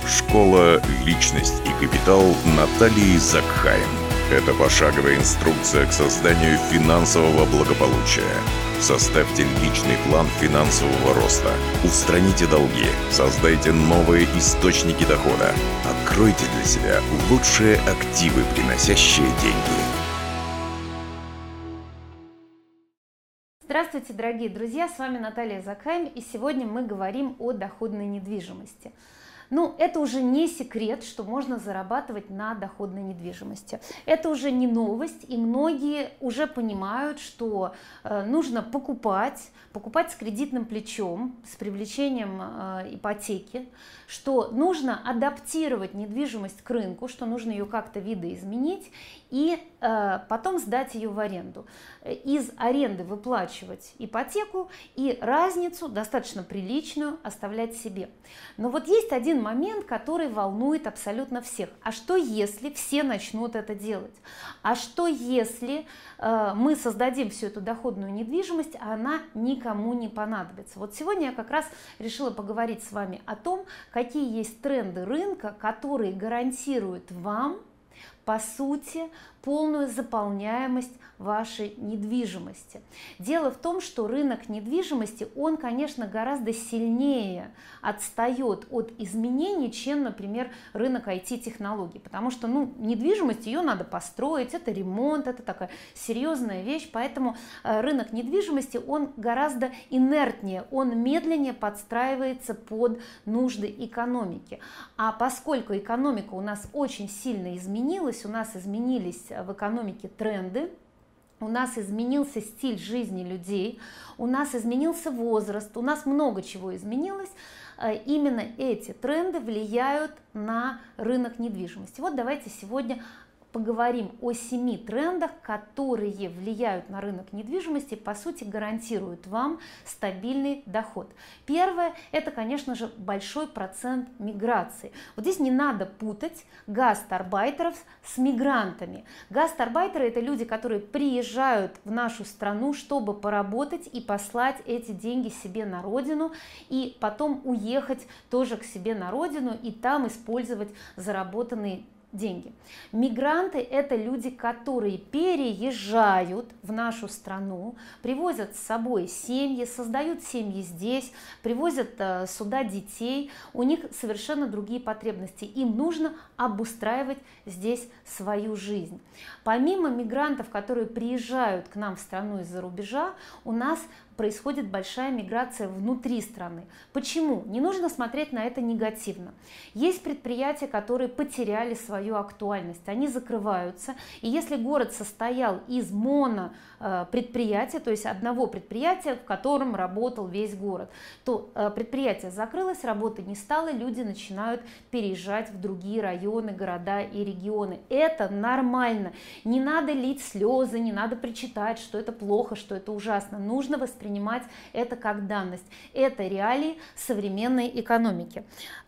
Школа «Личность и капитал» Натальи Закхайм. Это пошаговая инструкция к созданию финансового благополучия. Составьте личный план финансового роста. Устраните долги. Создайте новые источники дохода. Откройте для себя лучшие активы, приносящие деньги. Здравствуйте, дорогие друзья! С вами Наталья Закхайм, и сегодня мы говорим о доходной недвижимости. Это уже не секрет, что можно зарабатывать на доходной недвижимости. Это уже не новость, и многие уже понимают, что нужно покупать с кредитным плечом, с привлечением ипотеки, что нужно адаптировать недвижимость к рынку, что нужно ее как-то видоизменить и потом сдать ее в аренду. Из аренды выплачивать ипотеку и разницу, достаточно приличную, оставлять себе. Но вот есть один момент, который волнует абсолютно всех. А что если все начнут это делать? А что если мы создадим всю эту доходную недвижимость, а она никому не понадобится? Вот сегодня я как раз решила поговорить с вами о том, какие есть тренды рынка, которые гарантируют вам, по сути, полную заполняемость вашей недвижимости. Дело в том, что рынок недвижимости, он, конечно, гораздо сильнее отстает от изменений, чем, например, рынок IT-технологий, потому что, недвижимость, ее надо построить, это ремонт, это такая серьезная вещь, поэтому рынок недвижимости, он гораздо инертнее, он медленнее подстраивается под нужды экономики. А поскольку экономика у нас очень сильно изменилась, у нас изменились в экономике тренды, у нас изменился стиль жизни людей, у нас изменился возраст, у нас много чего изменилось. Именно эти тренды влияют на рынок недвижимости. Вот давайте сегодня поговорим о 7 трендах, которые влияют на рынок недвижимости и, по сути, гарантируют вам стабильный доход. Первое – это, конечно же, большой процент миграции. Вот здесь не надо путать гастарбайтеров с мигрантами. Гастарбайтеры – это люди, которые приезжают в нашу страну, чтобы поработать и послать эти деньги себе на родину, и потом уехать тоже к себе на родину и там использовать заработанные деньги. Мигранты – это люди, которые переезжают в нашу страну, привозят с собой семьи, создают семьи здесь, привозят сюда детей, у них совершенно другие потребности, им нужно обустраивать здесь свою жизнь. Помимо мигрантов, которые приезжают к нам в страну из-за рубежа, у нас происходит большая миграция внутри страны. Почему? Не нужно смотреть на это негативно. Есть предприятия, которые потеряли свою актуальность, они закрываются, и если город состоял из монопредприятия, то есть одного предприятия, в котором работал весь город, то предприятие закрылось, работы не стало, люди начинают переезжать в другие районы, города и регионы. Это нормально. Не надо лить слезы, не надо причитать, что это плохо, что это ужасно. Нужно воспринимать это как данность. Это реалии современной экономики.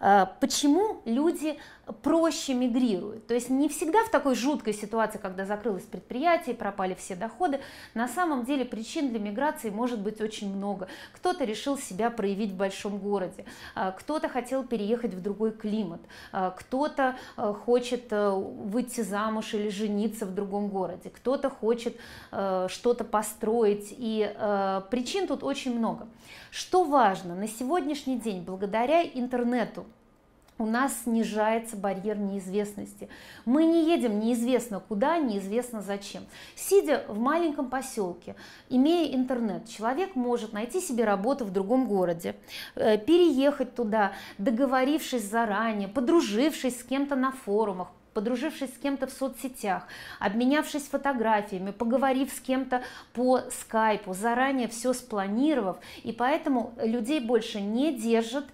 Почему люди проще мигрируют? То есть не всегда в такой жуткой ситуации, когда закрылось предприятие, пропали все доходы. На самом деле причин для миграции может быть очень много. Кто-то решил себя проявить в большом городе, кто-то хотел переехать в другой климат, кто-то хочет выйти замуж или жениться в другом городе, кто-то хочет что-то построить, и причин тут очень много. Что важно, на сегодняшний день, благодаря интернету, у нас снижается барьер неизвестности. Мы не едем неизвестно куда, неизвестно зачем. Сидя в маленьком поселке, имея интернет, человек может найти себе работу в другом городе, переехать туда, договорившись заранее, подружившись с кем-то на форумах, подружившись с кем-то в соцсетях, обменявшись фотографиями, поговорив с кем-то по скайпу, заранее все спланировав, и поэтому людей больше не держит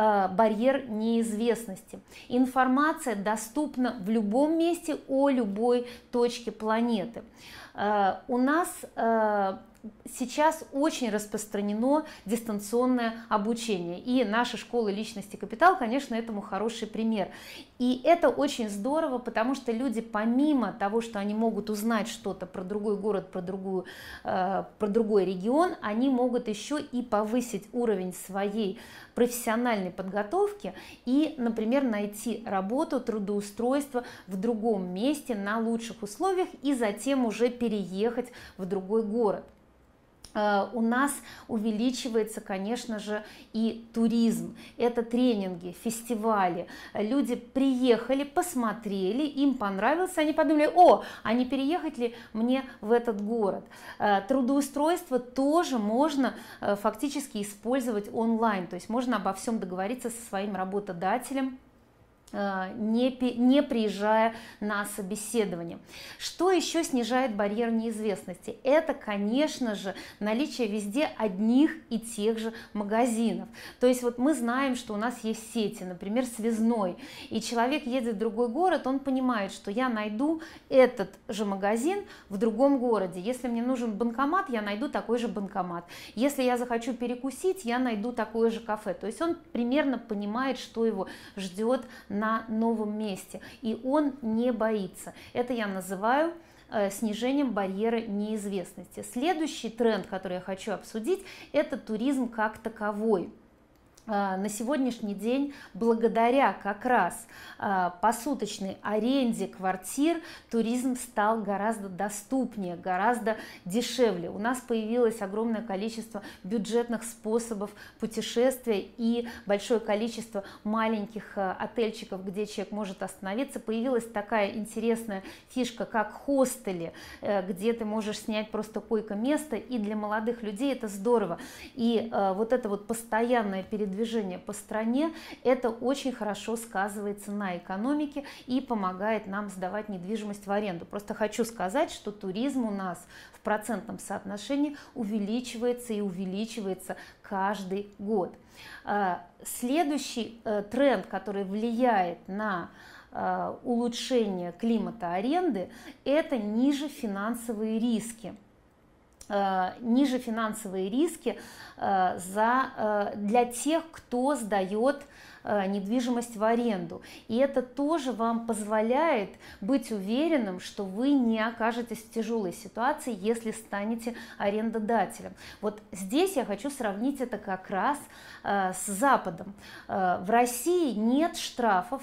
барьер неизвестности. Информация доступна в любом месте о любой точке планеты. У нас сейчас очень распространено дистанционное обучение, и наша школа личности капитал, конечно, этому хороший пример. И это очень здорово, потому что люди, помимо того, что они могут узнать что-то про другой город, про другой регион, они могут еще и повысить уровень своей профессиональной подготовки и, например, найти работу, трудоустройство в другом месте на лучших условиях и затем уже переехать в другой город. У нас увеличивается, конечно же, и туризм. Это тренинги, фестивали. Люди приехали, посмотрели, им понравилось, они подумали: о, а не переехать ли мне в этот город? Трудоустройство тоже можно фактически использовать онлайн, то есть можно обо всем договориться со своим работодателем, не приезжая на собеседование. Что еще снижает барьер неизвестности? Это, конечно же, наличие везде одних и тех же магазинов. То есть вот мы знаем, что у нас есть сети, например, связной, и человек едет в другой город, он понимает, что я найду этот же магазин в другом городе. Если мне нужен банкомат, я найду такой же банкомат. Если я захочу перекусить, я найду такое же кафе. То есть он примерно понимает, что его ждет на новом месте, и он не боится. Это я называю снижением барьера неизвестности. Следующий тренд, который я хочу обсудить, это туризм как таковой. На сегодняшний день, благодаря как раз посуточной аренде квартир, туризм стал гораздо доступнее, гораздо дешевле. У нас появилось огромное количество бюджетных способов путешествия и большое количество маленьких отельчиков, где человек может остановиться. Появилась такая интересная фишка, как хостели, где ты можешь снять просто койко-место, и для молодых людей это здорово. И вот это вот постоянное передвижение по стране, это очень хорошо сказывается на экономике и помогает нам сдавать недвижимость в аренду. Просто хочу сказать, что туризм у нас в процентном соотношении увеличивается и увеличивается каждый год. Следующий тренд, который влияет на улучшение климата аренды, это ниже финансовые риски. Ниже финансовые риски для тех, кто сдает недвижимость в аренду. И это тоже вам позволяет быть уверенным, что вы не окажетесь в тяжелой ситуации, если станете арендодателем. Вот здесь я хочу сравнить это как раз с Западом. В России нет штрафов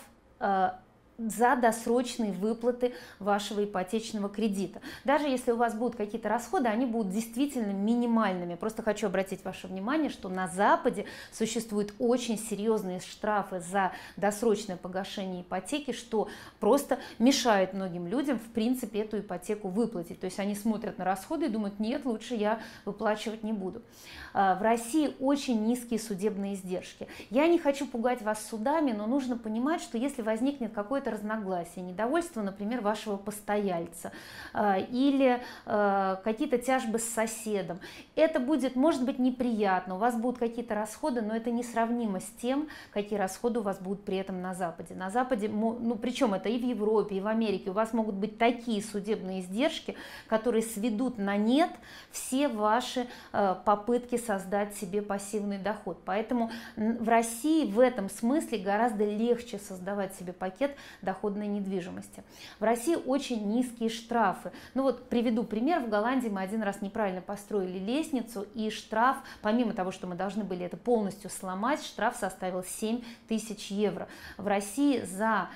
за досрочные выплаты вашего ипотечного кредита. Даже если у вас будут какие-то расходы, они будут действительно минимальными. Просто хочу обратить ваше внимание, что на Западе существуют очень серьезные штрафы за досрочное погашение ипотеки, что просто мешает многим людям в принципе эту ипотеку выплатить. То есть они смотрят на расходы и думают: нет, лучше я выплачивать не буду. В России очень низкие судебные издержки. Я не хочу пугать вас судами, но нужно понимать, что если возникнет какое-то разногласие, недовольство, например, вашего постояльца или какие-то тяжбы с соседом, это будет, может быть, неприятно, у вас будут какие-то расходы, но это несравнимо с тем, какие расходы у вас будут при этом на Западе. На Западе, ну причем это и в Европе, и в Америке, у вас могут быть такие судебные издержки, которые сведут на нет все ваши попытки создать себе пассивный доход. Поэтому в России в этом смысле гораздо легче создавать себе пакет доходной недвижимости. В России очень низкие штрафы. Ну вот приведу пример. В Голландии мы один раз неправильно построили лестницу, и штраф, помимо того, что мы должны были это полностью сломать, штраф составил 7000 евро. В России за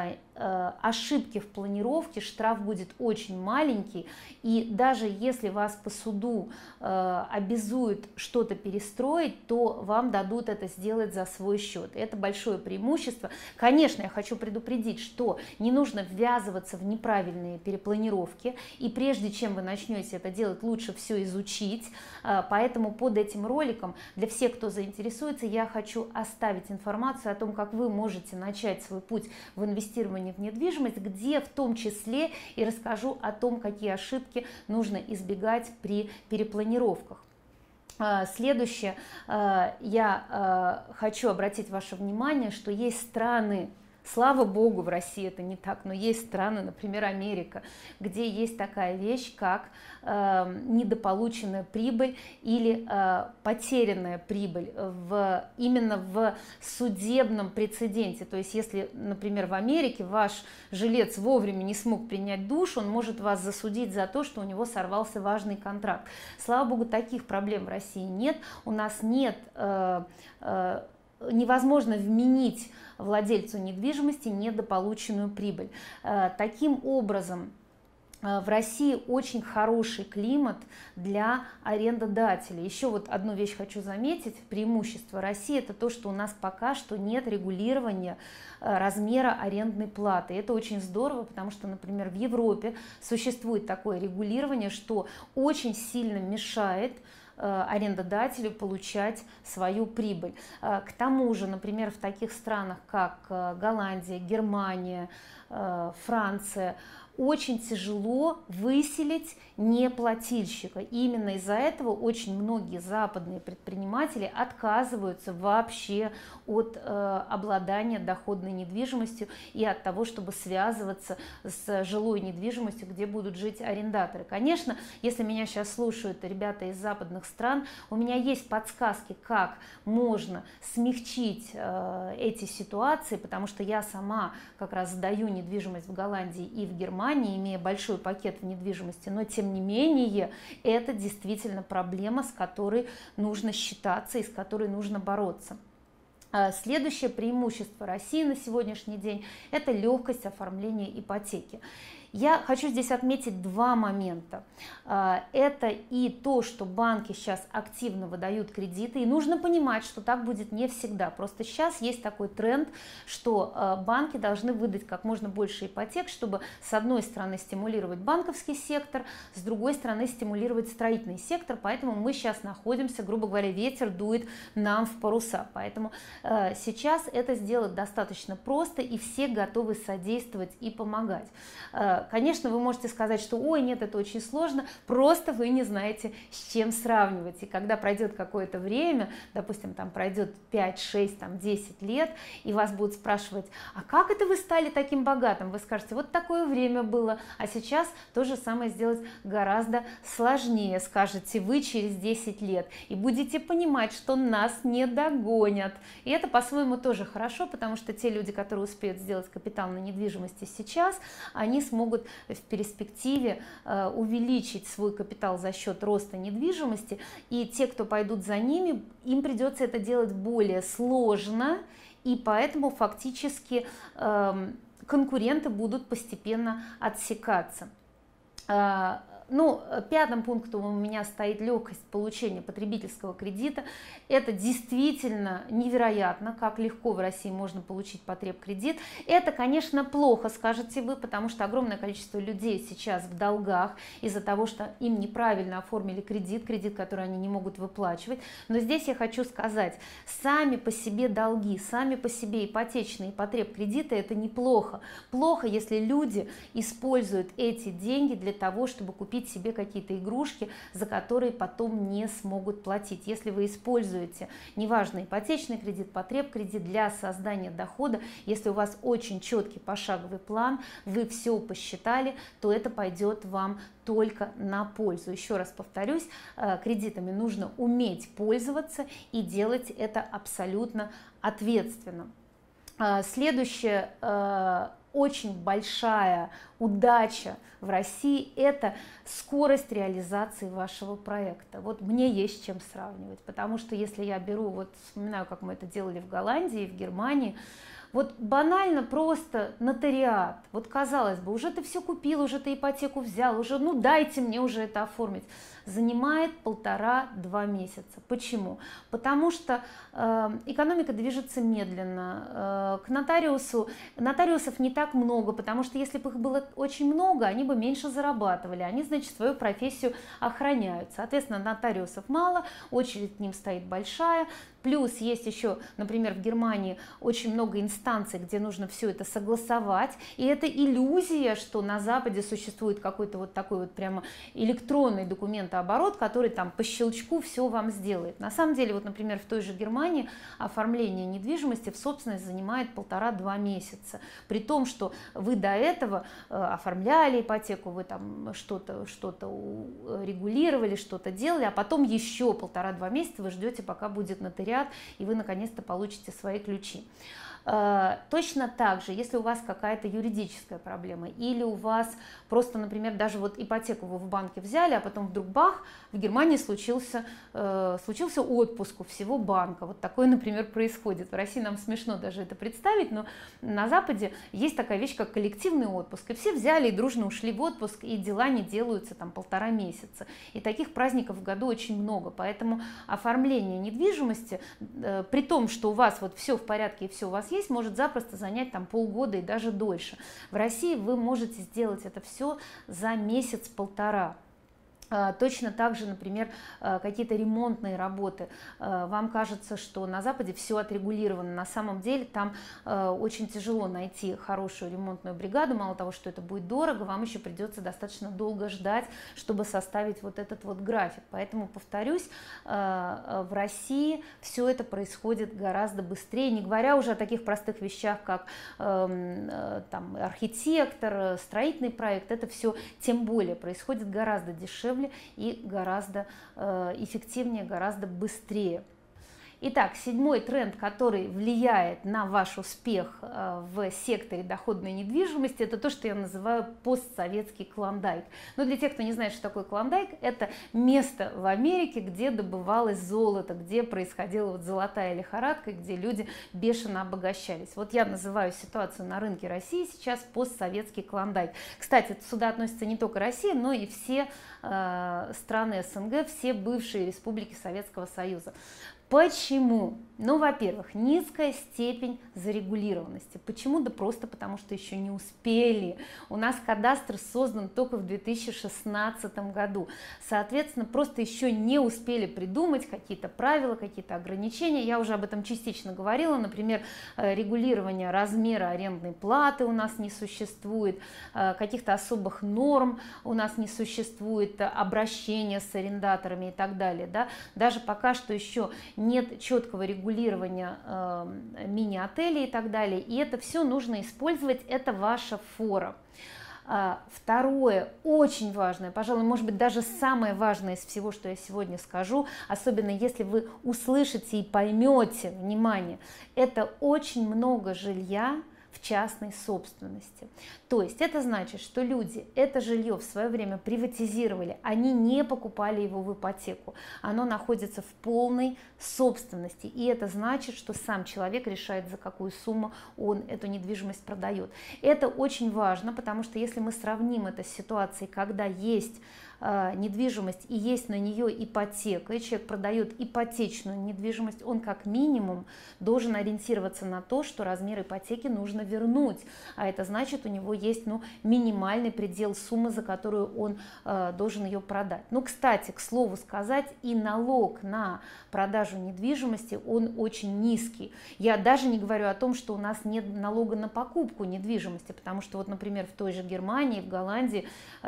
ошибки в планировке штраф будет очень маленький, и даже если вас по суду обязуют что-то перестроить, то вам дадут это сделать за свой счет. Это большое преимущество. Конечно, я хочу предупредить, что не нужно ввязываться в неправильные перепланировки, и прежде чем вы начнете это делать, лучше все изучить. Поэтому под этим роликом для всех, кто заинтересуется, я хочу оставить информацию о том, как вы можете начать свой путь в инвестировании в недвижимость, где в том числе и расскажу о том, какие ошибки нужно избегать при перепланировках. Следующее, я хочу обратить ваше внимание, что есть страны Слава богу, в России это не так, но есть страны, например, Америка, где есть такая вещь, как недополученная прибыль или потерянная прибыль именно в судебном прецеденте. То есть, если, например, в Америке ваш жилец вовремя не смог принять душ, он может вас засудить за то, что у него сорвался важный контракт. Слава богу, таких проблем в России нет. У нас нет невозможно вменить владельцу недвижимости недополученную прибыль. Таким образом, в России очень хороший климат для арендодателей. Еще вот одну вещь хочу заметить. Преимущество России — это то, что у нас пока что нет регулирования размера арендной платы. Это очень здорово, потому что, например, в Европе существует такое регулирование, что очень сильно мешает арендодателю получать свою прибыль. К тому же, например, в таких странах, как Голландия, Германия, Франция, очень тяжело выселить неплательщика. И именно из-за этого очень многие западные предприниматели отказываются вообще от обладания доходной недвижимостью и от того, чтобы связываться с жилой недвижимостью, где будут жить арендаторы. Конечно, если меня сейчас слушают ребята из западных стран, у меня есть подсказки, как можно смягчить эти ситуации, потому что я сама как раз сдаю недвижимость в Голландии и в Германии, имея большой пакет в недвижимости, но тем не менее это действительно проблема, с которой нужно считаться и с которой нужно бороться. Следующее преимущество России на сегодняшний день – это легкость оформления ипотеки. Я хочу здесь отметить два момента. Это и то, что банки сейчас активно выдают кредиты, и нужно понимать, что так будет не всегда. Просто сейчас есть такой тренд, что банки должны выдать как можно больше ипотек, чтобы с одной стороны стимулировать банковский сектор, с другой стороны стимулировать строительный сектор, поэтому мы сейчас находимся, грубо говоря, ветер дует нам в паруса. Поэтому сейчас это сделать достаточно просто, и все готовы содействовать и помогать. Конечно, вы можете сказать, что ой, нет, это очень сложно, просто вы не знаете, с чем сравнивать. И когда пройдет какое-то время, допустим, там пройдет 5, 6, там, 10 лет, и вас будут спрашивать, а как это вы стали таким богатым? Вы скажете, вот такое время было, а сейчас то же самое сделать гораздо сложнее, скажете вы через 10 лет, и будете понимать, что нас не догонят. И это по-своему тоже хорошо, потому что те люди, которые успеют сделать капитал на недвижимости сейчас, они смогут в перспективе увеличить свой капитал за счет роста недвижимости, и те, кто пойдут за ними, им придется это делать более сложно, и поэтому фактически конкуренты будут постепенно отсекаться. Ну, пятым пунктом у меня стоит легкость получения потребительского кредита. Это действительно невероятно, как легко в России можно получить потребкредит. Это, конечно, плохо, скажете вы, потому что огромное количество людей сейчас в долгах из-за того, что им неправильно оформили кредит, который они не могут выплачивать. Но здесь я хочу сказать, сами по себе долги, сами по себе ипотечные потребкредиты – это неплохо. Плохо, если люди используют эти деньги для того, чтобы купить себе какие-то игрушки, за которые потом не смогут платить. Если вы используете, неважно, ипотечный кредит, потребкредит для создания дохода, если у вас очень четкий пошаговый план, вы все посчитали, то это пойдет вам только на пользу. Еще раз повторюсь, кредитами нужно уметь пользоваться и делать это абсолютно ответственно. Следующее, очень большая удача в России – это скорость реализации вашего проекта. Вот мне есть с чем сравнивать, потому что если я беру, вот вспоминаю, как мы это делали в Голландии, в Германии, вот банально просто нотариат. Вот казалось бы, уже ты все купил, уже ты ипотеку взял, уже ну дайте мне уже это оформить. Занимает 1,5-2 месяца. Почему? Потому что экономика движется медленно. К нотариусов не так много, потому что если бы их было очень много, они бы меньше зарабатывали. Они, значит, свою профессию охраняют. Соответственно, нотариусов мало, очередь к ним стоит большая. Плюс есть еще, например, в Германии очень много инстанций, где нужно все это согласовать, и это иллюзия, что на Западе существует какой-то вот такой вот прямо электронный документооборот, который там по щелчку все вам сделает. На самом деле, вот, например, в той же Германии оформление недвижимости в собственность занимает 1,5-2 месяца, при том, что вы до этого оформляли ипотеку, вы там что-то регулировали, что-то делали, а потом еще 1,5-2 месяца вы ждете, пока будет нотариат, и вы наконец-то получите свои ключи. Точно так же, если у вас какая-то юридическая проблема или у вас просто, например, даже вот ипотеку вы в банке взяли, а потом вдруг бах, в Германии случился отпуск у всего банка. Вот такое, например, происходит. В России нам смешно даже это представить, но на Западе есть такая вещь, как коллективный отпуск. И все взяли и дружно ушли в отпуск, и дела не делаются там 1,5 месяца. И таких праздников в году очень много. Поэтому оформление недвижимости, при том, что у вас вот все в порядке и все у вас есть, может запросто занять там полгода и даже дольше. В России вы можете сделать это все за месяц-полтора. Точно так же, например, какие-то ремонтные работы. Вам кажется, что на Западе все отрегулировано. На самом деле там очень тяжело найти хорошую ремонтную бригаду. Мало того, что это будет дорого, вам еще придется достаточно долго ждать, чтобы составить вот этот вот график. Поэтому, повторюсь, в России все это происходит гораздо быстрее, не говоря уже о таких простых вещах, как там, архитектор, строительный проект. Это все тем более происходит гораздо дешевле и гораздо эффективнее, гораздо быстрее. Итак, 7-й тренд, который влияет на ваш успех в секторе доходной недвижимости, это то, что я называю постсоветский клондайк. Но для тех, кто не знает, что такое клондайк, это место в Америке, где добывалось золото, где происходила вот золотая лихорадка, где люди бешено обогащались. Вот я называю ситуацию на рынке России сейчас постсоветский клондайк. Кстати, сюда относится не только Россия, но и все страны СНГ, все бывшие республики Советского Союза. Почему? Ну, во-первых, низкая степень зарегулированности. Почему? Да просто потому, что еще не успели. У нас кадастр создан только в 2016 году. Соответственно, просто еще не успели придумать какие-то правила, какие-то ограничения. Я уже об этом частично говорила. Например, регулирование размера арендной платы у нас не существует, каких-то особых норм у нас не существует, обращения с арендаторами и так далее. Да? Даже пока что еще нет четкого регулирования мини-отелей и так далее, и это все нужно использовать, это ваша фора. Второе, очень важное, пожалуй, может быть, даже самое важное из всего, что я сегодня скажу, особенно если вы услышите и поймете, внимание, это очень много жилья в частной собственности. То есть это значит, что люди это жилье в свое время приватизировали, они не покупали его в ипотеку, оно находится в полной собственности, и это значит, что сам человек решает, за какую сумму он эту недвижимость продает. Это очень важно, потому что если мы сравним это с ситуацией, когда есть недвижимость и есть на нее ипотека, и человек продает ипотечную недвижимость, он как минимум должен ориентироваться на то, что размер ипотеки нужно вернуть, а это значит, у него есть минимальный предел суммы, за которую он должен ее продать. Ну, кстати, к слову сказать, и налог на продажу недвижимости, он очень низкий. Я даже не говорю о том, что у нас нет налога на покупку недвижимости, потому что вот, например, в той же Германии, в Голландии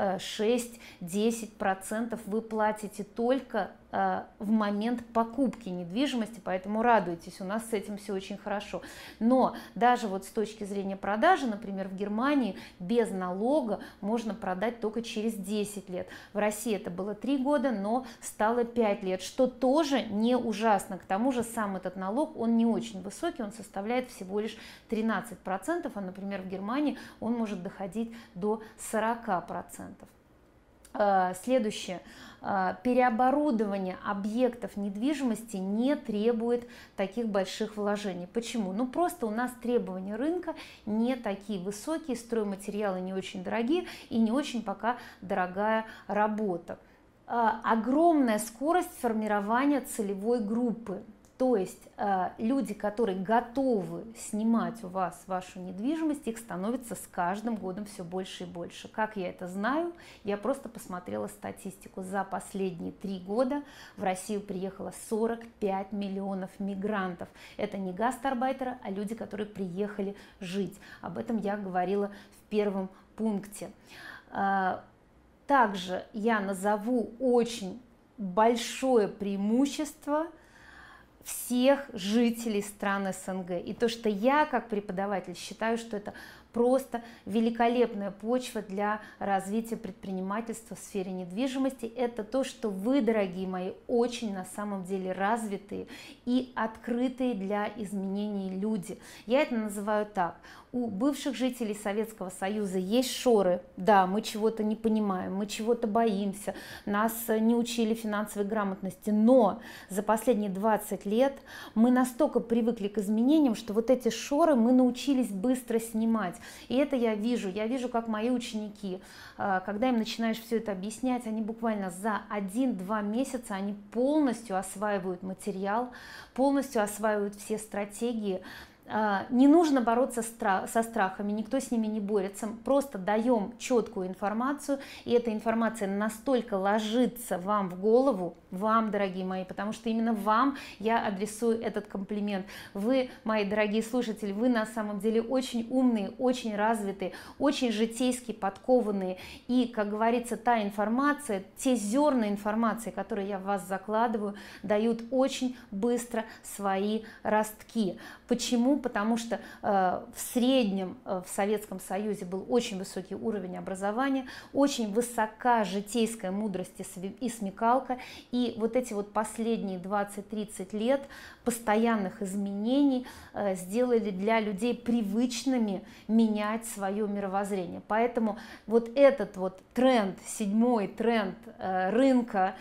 6-10% вы платите только в момент покупки недвижимости, поэтому радуйтесь, у нас с этим все очень хорошо. Но даже вот с точки зрения продажи, например, в Германии без налога можно продать только через 10 лет. В России это было 3 года, но стало 5 лет, что тоже не ужасно. К тому же сам этот налог, он не очень высокий, он составляет всего лишь 13%, а, например, в Германии он может доходить до 40%. Следующее. Переоборудование объектов недвижимости не требует таких больших вложений. Почему? Ну просто у нас требования рынка не такие высокие, стройматериалы не очень дорогие и не очень пока дорогая работа. Огромная скорость формирования целевой группы. То есть люди, которые готовы снимать у вас вашу недвижимость, их становится с каждым годом все больше и больше. Как я это знаю? Я просто посмотрела статистику. За последние 3 года в Россию приехало 45 миллионов мигрантов. Это не гастарбайтеры, а люди, которые приехали жить. Об этом я говорила в первом пункте. Также я назову очень большое преимущество всех жителей стран СНГ. И то, что я как преподаватель считаю, что это просто великолепная почва для развития предпринимательства в сфере недвижимости, это то, что вы, дорогие мои, очень на самом деле развитые и открытые для изменений люди. Я это называю так. У бывших жителей Советского Союза есть шоры. Да, мы чего-то не понимаем, мы чего-то боимся, нас не учили финансовой грамотности, но за последние 20 лет мы настолько привыкли к изменениям, что вот эти шоры мы научились быстро снимать. И это я вижу, как мои ученики, когда им начинаешь все это объяснять, они буквально за 1-2 месяца они полностью осваивают материал, полностью осваивают все стратегии. Не нужно бороться со страхами, никто с ними не борется, просто даем четкую информацию, и эта информация настолько ложится вам в голову, вам, дорогие мои, потому что именно вам я адресую этот комплимент. Вы, мои дорогие слушатели, вы на самом деле очень умные, очень развитые, очень житейски подкованные, и, как говорится, та информация, те зерна информации, которые я в вас закладываю, дают очень быстро свои ростки. Почему? Потому что в среднем в Советском Союзе был очень высокий уровень образования, очень высока житейская мудрость и смекалка, и вот эти вот последние 20-30 лет постоянных изменений сделали для людей привычными менять свое мировоззрение. Поэтому вот этот вот тренд, 7-й тренд рынка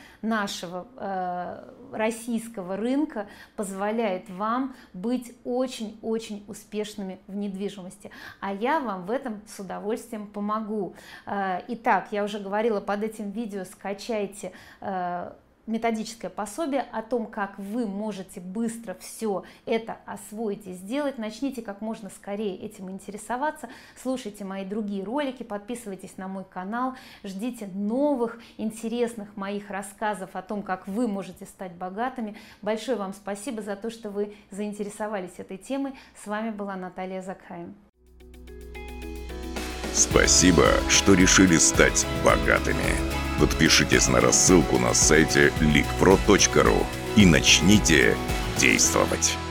нашего, российского рынка, позволяет вам быть очень-очень успешными в недвижимости. А я вам в этом с удовольствием помогу. Итак, я уже говорила, под этим видео скачайте методическое пособие о том, как вы можете быстро все это освоить и сделать. Начните как можно скорее этим интересоваться, слушайте мои другие ролики, подписывайтесь на мой канал, ждите новых интересных моих рассказов о том, как вы можете стать богатыми. Большое вам спасибо за то, что вы заинтересовались этой темой. С вами была Наталья Закхайм. Спасибо, что решили стать богатыми. Подпишитесь на рассылку на сайте leakpro.ru и начните действовать.